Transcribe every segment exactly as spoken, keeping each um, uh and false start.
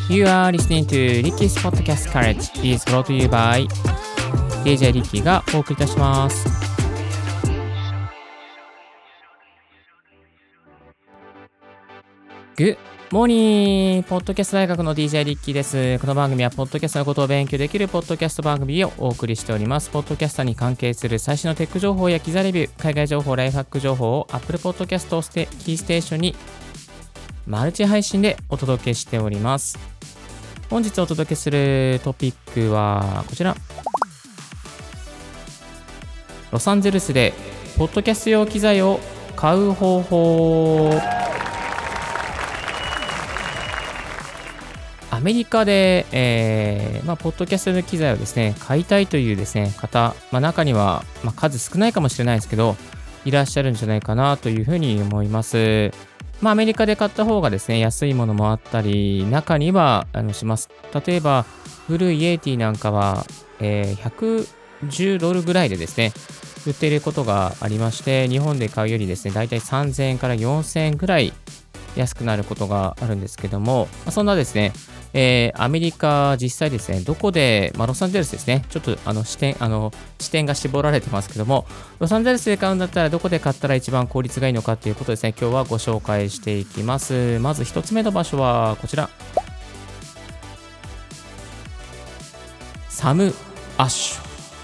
You are listening to Ricky's Podcast College is brought to you by ディージェー リッキーがお送りいたします。Good morning! ポッドキャスト大学の ディージェー リッキーです。この番組はポッドキャストのことを勉強できるポッドキャスト番組をお送りしております。ポッドキャスターに関係する最新のテック情報や機材レビュー、海外情報、ライフハック情報を Apple Podcast をしてキーステーションにマルチ配信でお届けしております。本日お届けするトピックはこちら。ロサンゼルスでポッドキャスト用機材を買う方法。アメリカで、えーまあ、ポッドキャストの機材をですね買いたいというですね方、まあ、中には、まあ、数少ないかもしれないですけどいらっしゃるんじゃないかなというふうに思います。まあ、アメリカで買った方がですね安いものもあったり中にはあのします。例えば古いイエティなんかは、えー、ひゃくじゅうドルぐらいでですね売っていることがありまして日本で買うよりですねだいたいさんぜんえんからよんせんえんぐらい安くなることがあるんですけども、まあ、そんなですね、えー、アメリカ実際ですねどこで、まあ、ロサンゼルスですねちょっとあの視点あの視点が絞られてますけどもロサンゼルスで買うんだったらどこで買ったら一番効率がいいのかということですね今日はご紹介していきます。まず一つ目の場所はこちらサムアッシュ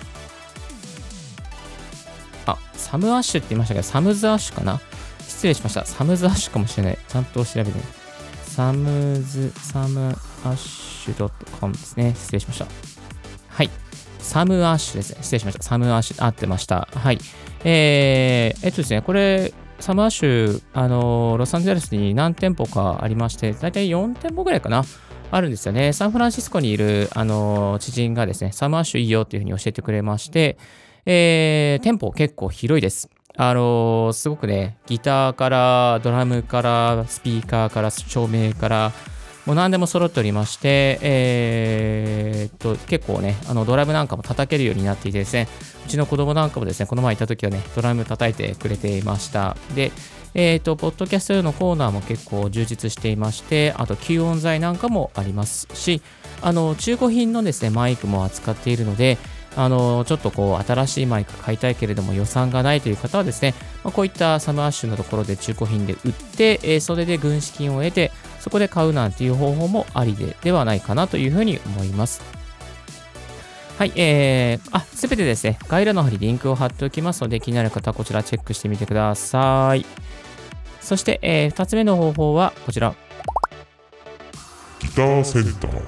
あサムアッシュって言いましたけどサムズアッシュかな失礼しました。サムズアッシュかもしれない。ちゃんと調べてみる。サムズ、サムアッシュ .com ですね。失礼しました。はい。サムアッシュですね。失礼しました。サムアッシュ、合ってました。はい。えー、えっとですね、これ、サムアッシュ、あの、ロサンゼルスに何店舗かありまして、だいたいよん店舗ぐらいかな。あるんですよね。サンフランシスコにいる、あの、知人がですね、サムアッシュいいよっていうふうに教えてくれまして、えー、店舗結構広いです。あのー、すごくね、ギターからドラムからスピーカーから照明からもう何でも揃っておりまして、えー、っと結構ね、あのドラムなんかも叩けるようになっていてですね、うちの子供なんかもですね、この前行った時はね、ドラム叩いてくれていました。で、えー、っと、ポッドキャストのコーナーも結構充実していまして、あと吸音材なんかもありますし、あの中古品のですね、マイクも扱っているので、あのちょっとこう新しいマイク買いたいけれども予算がないという方はですね、まあ、こういったサムアッシュのところで中古品で売って、えー、それで軍資金を得てそこで買うなんていう方法もありでではないかなというふうに思います。はい、えー、あ、すべてですね、概要欄の方にリンクを貼っておきますので気になる方はこちらチェックしてみてください。そして、えー、ふたつめの方法はこちら。 ギターセンター。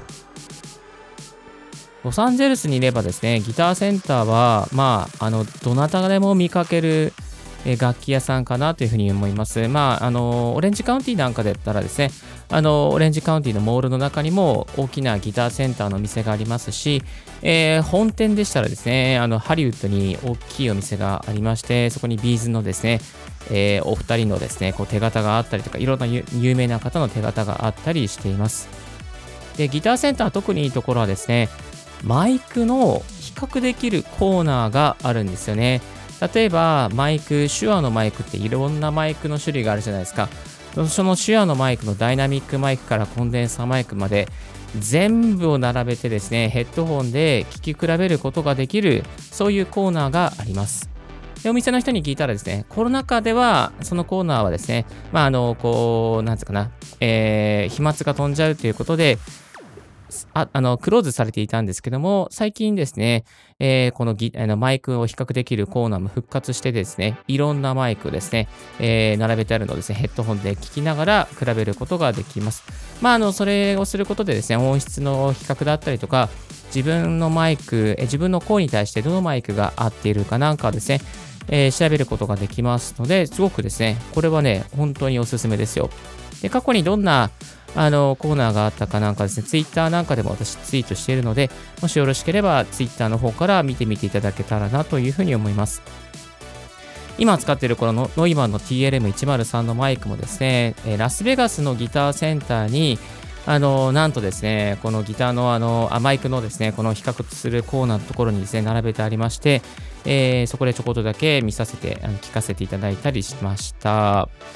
ロサンゼルスにいればですね、ギターセンターは、まあ、あの、どなたでも見かける楽器屋さんかなというふうに思います。まあ、あの、オレンジカウンティなんかだったらですね、あの、オレンジカウンティのモールの中にも大きなギターセンターの店がありますし、えー、本店でしたらですね、あの、ハリウッドに大きいお店がありまして、そこにビーズのですね、えー、お二人のですね、こう手形があったりとか、いろんな有名な方の手形があったりしています。で、ギターセンター特にいいところはですね、マイクの比較できるコーナーがあるんですよね。例えばマイク、手話のマイクっていろんなマイクの種類があるじゃないですか。その手話のマイクのダイナミックマイクからコンデンサーマイクまで全部を並べてですね、ヘッドホンで聴き比べることができるそういうコーナーがあります。で、お店の人に聞いたらですね、コロナ禍ではそのコーナーはですね、まああのこうなんつうかな、えー、飛沫が飛んじゃうということでああのクローズされていたんですけども最近ですね、えー、このギあのマイクを比較できるコーナーも復活してですねいろんなマイクですね、えー、並べてあるのをですねヘッドホンで聞きながら比べることができます。まああのそれをすることでですね音質の比較だったりとか自分のマイクえ自分の声に対してどのマイクが合っているかなんかをですね、えー、調べることができますのですごくですねこれはね本当におすすめですよ。で過去にどんなあのコーナーがあったかなんかですね、ツイッターなんかでも私ツイートしているので、もしよろしければツイッターの方から見てみていただけたらなというふうに思います。今使っているこのノイマンの ティーエルエムいちまるさん のマイクもですね、ラスベガスのギターセンターにあのなんとですね、このギターのあのあマイクのですね、この比較するコーナーのところにですね、並べてありまして、えー、そこでちょこっとだけ見させて、あの聞かせていただいたりしました。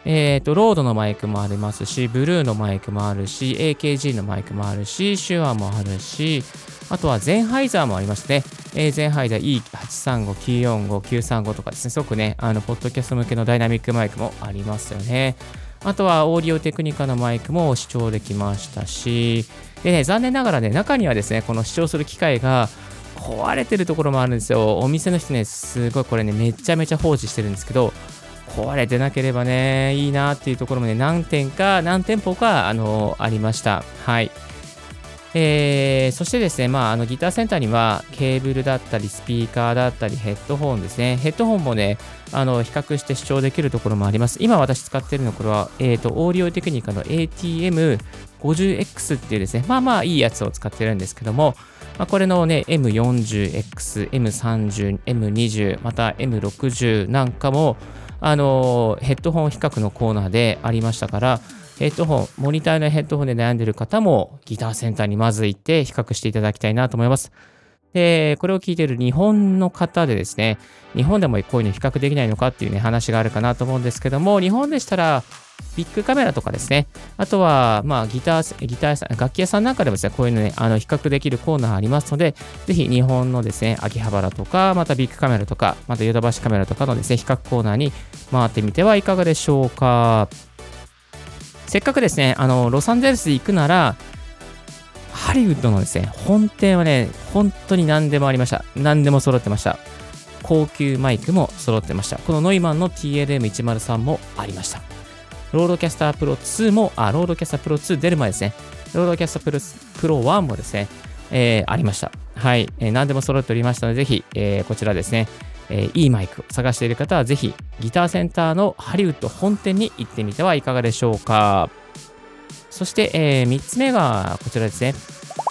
えっと、ロードのマイクもありますし、ブルーのマイクもあるし、エーケージー のマイクもあるし、シュアもあるし、あとはゼンハイザーもありましてね、えー、ゼンハイザー イーはちさんご、きゅうよんご、きゅうさんご とかですね、すごくね、あの、ポッドキャスト向けのダイナミックマイクもありますよね。あとは、オーディオテクニカのマイクも視聴できましたし、でね、残念ながらね、中にはですね、この視聴する機械が壊れてるところもあるんですよ。お店の人ね、すごいこれね、めちゃめちゃ放置してるんですけど、壊れてなければね、いいなっていうところもね、何点か、何店舗か、あの、ありました。はい。えー、そしてですね、まあ、あのギターセンターにはケーブルだったりスピーカーだったりヘッドホンですね。ヘッドホンもね、あの比較して視聴できるところもあります。今私使っているのこれは、えーと、オーディオテクニカの エーティーエムごじゅうエックス っていうですね、まあまあいいやつを使ってるんですけども、まあ、これのね、エムよんじゅうエックス、エムさんじゅう、エムにじゅう、また エムろくじゅう なんかも、あのー、ヘッドホン比較のコーナーでありましたから、ヘッドホン、モニターのヘッドホンで悩んでいる方も、ギターセンターにまず行って比較していただきたいなと思います。で、これを聞いている日本の方でですね、日本でもこういうの比較できないのかっていうね、話があるかなと思うんですけども、日本でしたら、ビッグカメラとかですね、あとは、まあ、ギター、ギター屋さん、楽器屋さんなんかでもですね、こういうのね、あの、比較できるコーナーありますので、ぜひ日本のですね、秋葉原とか、またビッグカメラとか、またヨドバシカメラとかのですね、比較コーナーに回ってみてはいかがでしょうか。せっかくですね、あの、ロサンゼルス行くなら、ハリウッドのですね、本店はね、本当に何でもありました。何でも揃ってました。高級マイクも揃ってました。このノイマンの ティーエルエムいちまるさん もありました。ロードキャスタープロツーも、あ、ロードキャスタープロツー出る前ですね。ロードキャスタープロ、プロワンもですね、えー、ありました。はい、えー。何でも揃っておりましたので、ぜひ、えー、こちらですね、えー、いいマイクを探している方は、ぜひ、ギターセンターのハリウッド本店に行ってみてはいかがでしょうか。そして、えー、みっつめがこちらですね。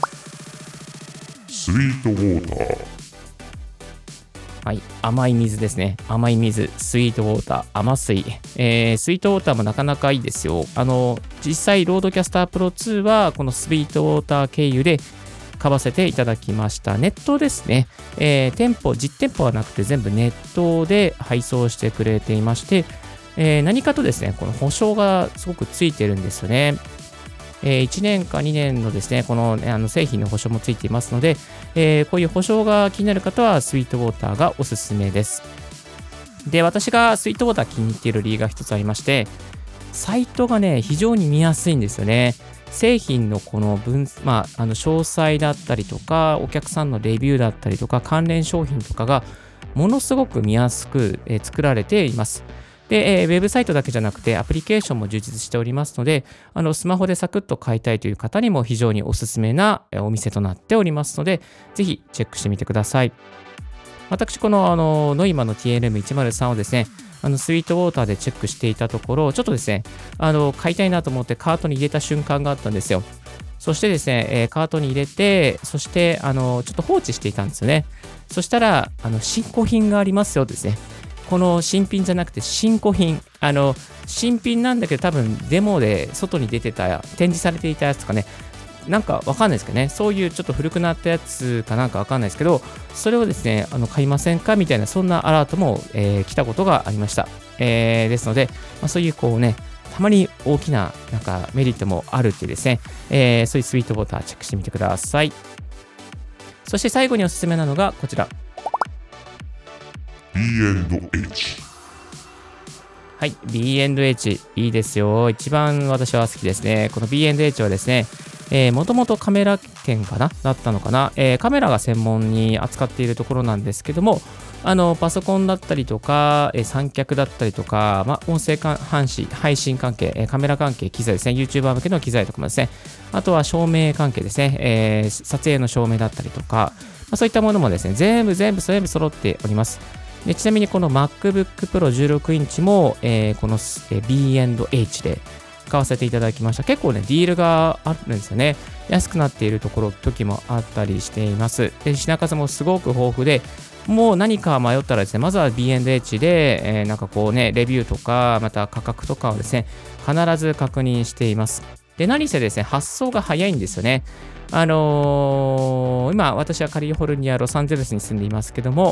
スイートウォーター。 はい、甘い水ですね。甘い水、スイートウォーター、甘水。えー、スイートウォーターもなかなかいいですよ。あの、実際、ロードキャスタープロツーは、このスイートウォーター経由で買わせていただきました。ネットですね。えー、店舗、実店舗はなくて全部ネットで配送してくれていまして、えー、何かとですね、この保証がすごくついてるんですよね。えー、いちねんかにねんのですね、この、ね、あの製品の保証もついていますので、えー、こういう保証が気になる方はスイートウォーターがおすすめです。で、私がスイートウォーター気に入っている理由が一つありまして、サイトがね、非常に見やすいんですよね。製品のこの分、まあ、あの詳細だったりとか、お客さんのレビューだったりとか、関連商品とかがものすごく見やすく、えー、作られています。で、えー、ウェブサイトだけじゃなくてアプリケーションも充実しておりますので、あのスマホでサクッと買いたいという方にも非常におすすめなお店となっておりますので、ぜひチェックしてみてください。私、この、あのノイマンの ティーエルエムいちまるさん をですね、あのスイートウォーターでチェックしていたところ、ちょっとですね、あの買いたいなと思ってカートに入れた瞬間があったんですよ。そしてですね、えー、カートに入れて、そしてあのちょっと放置していたんですよね。そしたら、あの新古品がありますよですね。この新品じゃなくて新古品。あの、新品なんだけど多分デモで外に出てた、展示されていたやつとかね、なんかわかんないですけどね、そういうちょっと古くなったやつかなんかわかんないですけど、それをですね、あの買いませんかみたいな、そんなアラートも、えー、来たことがありました。えー、ですので、まあ、そういうこうね、たまに大きななんかメリットもあるっていうですね、えー、そういうスイートウォーターチェックしてみてください。そして最後におすすめなのがこちら。 ビーエンドエイチ。 はい、ビーエンドエイチ いいですよ。一番私は好きですね。この ビーエンドエイチ はですね、えー、もともとカメラ店かなだったのかな、えー、カメラが専門に扱っているところなんですけども、あのパソコンだったりとか、えー、三脚だったりとか、まあ、音声監視、配信関係、えー、カメラ関係、機材ですね、YouTuber 向けの機材とかもですね、あとは照明関係ですね、えー、撮影の照明だったりとか、まあ、そういったものもですね、全部全部全部揃っております。でちなみにこの MacBook Pro じゅうろくインチも、えー、この、えー、ビーエンドエイチ で買わせていただきました。結構ね、ディールがあるんですよね。安くなっているところ、時もあったりしています。で、品数もすごく豊富で、もう何か迷ったらですね、まずは ビーエンドエイチ で、えー、なんかこうね、レビューとか、また価格とかをですね、必ず確認しています。で、何せですね、発送が早いんですよね。あのー、今、私はカリフォルニア、ロサンゼルスに住んでいますけども、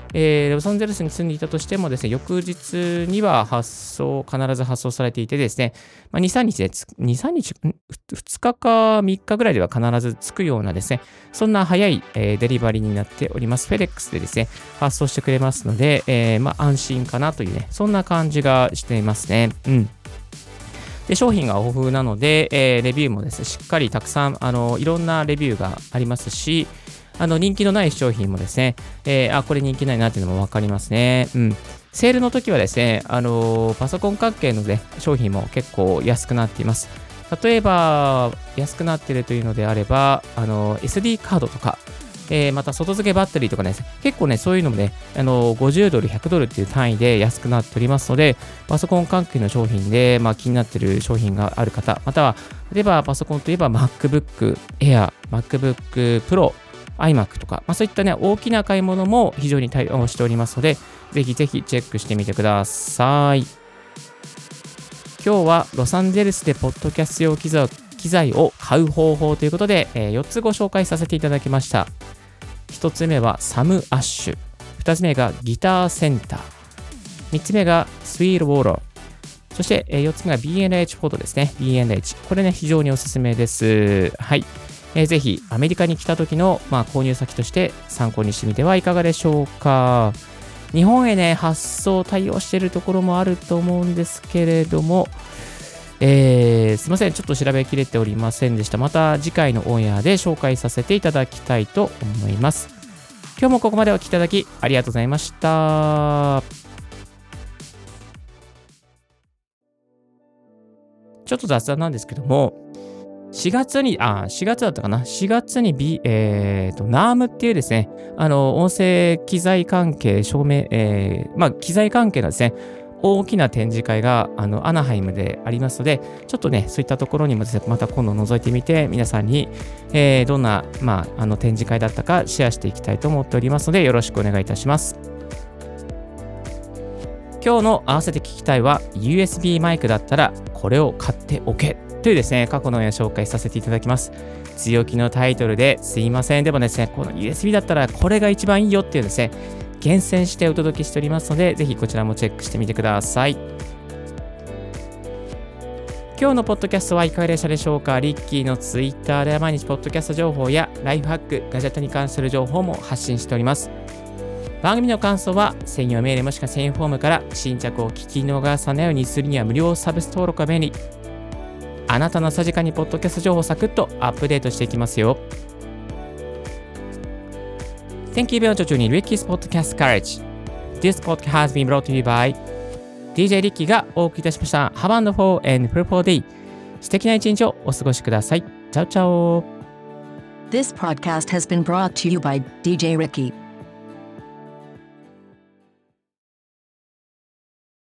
えー、ロサンゼルスに住んでいたとしてもですね、翌日には発送、必ず発送されていてですね、まあ、に、さんにちで、に、さんにち、ふつかかみっかぐらいでは必ず着くようなですね、そんな早い、えー、デリバリーになっております。フェデックスでですね、発送してくれますので、えー、まあ、安心かなというね、そんな感じがしていますね。うん。で、商品が豊富なので、えー、レビューもですね、しっかりたくさん、あの、いろんなレビューがありますし、あの人気のない商品もですね、えー、あ、これ人気ないなっていうのも分かりますね。うん。セールの時はですね、あのー、パソコン関係の、ね、商品も結構安くなっています。例えば、安くなっているというのであれば、あのー、エスディー カードとか、えー、また外付けバッテリーとかね、結構ね、そういうのもね、あのー、ごじゅうドル、ひゃくドルっていう単位で安くなっておりますので、パソコン関係の商品で、まあ、気になっている商品がある方、または、例えばパソコンといえば MacBook Air、MacBook Pro、iMac とか、まあ、そういったね、大きな買い物も非常に対応しておりますので、ぜひぜひチェックしてみてください。今日はロサンゼルスでポッドキャスト用機材機材を買う方法ということで、えー、よっつご紹介させていただきました。ひとつめはサムアッシュ。ふたつめがギターセンター。みっつめがスイートウォーター。そして、えー、よっつめが ビーエヌエイチ フォトですね。ビーエヌエイチ。これね、非常におすすめです。はい。えー、ぜひアメリカに来た時の、まあ、購入先として参考にしてみてはいかがでしょうか。日本へね、発送対応しているところもあると思うんですけれども、えー、すいません、ちょっと調べきれておりませんでした。また次回のオンエアで紹介させていただきたいと思います。今日もここまでお聞きいただきありがとうございました。ちょっと雑談なんですけども、しがつに、あ、しがつだったかな ?しがつに、B、えーと、ナーム っていうですね、あの、音声機材関係、照明、えー、まあ、機材関係のですね、大きな展示会が、あの、アナハイムでありますので、ちょっとね、そういったところにもですね、また今度覗いてみて、皆さんに、えー、どんな、まあ、あの、展示会だったかシェアしていきたいと思っておりますので、よろしくお願いいたします。今日の合わせて聞きたいは ユーエスビー マイクだったらこれを買っておけというですね、過去の紹介させていただきます。強気のタイトルですいません。でもですね、この ユーエスビー だったらこれが一番いいよっていうですね、厳選してお届けしておりますので、ぜひこちらもチェックしてみてください。今日のポッドキャストはいかがでしたでしょうか。リッキーのツイッターでは毎日ポッドキャスト情報やライフハック、ガジェットに関する情報も発信しております。番組の感想は専用メールもしくは専用フォームから新着を聞き逃さないようにするには無料サブス登録が便利。あなたのさじかにポッドキャスト情報をサクッとアップデートしていきますよ。Thank you very much for tuning Ricky's Podcast Courage. This podcast has been brought to you by ディージェー リッキーがお送りいたしました。Have a wonderful and fruitful day. 素敵な一日をお過ごしください。チャオチャオ。 This podcast has been brought to you by ディージェー Ricky.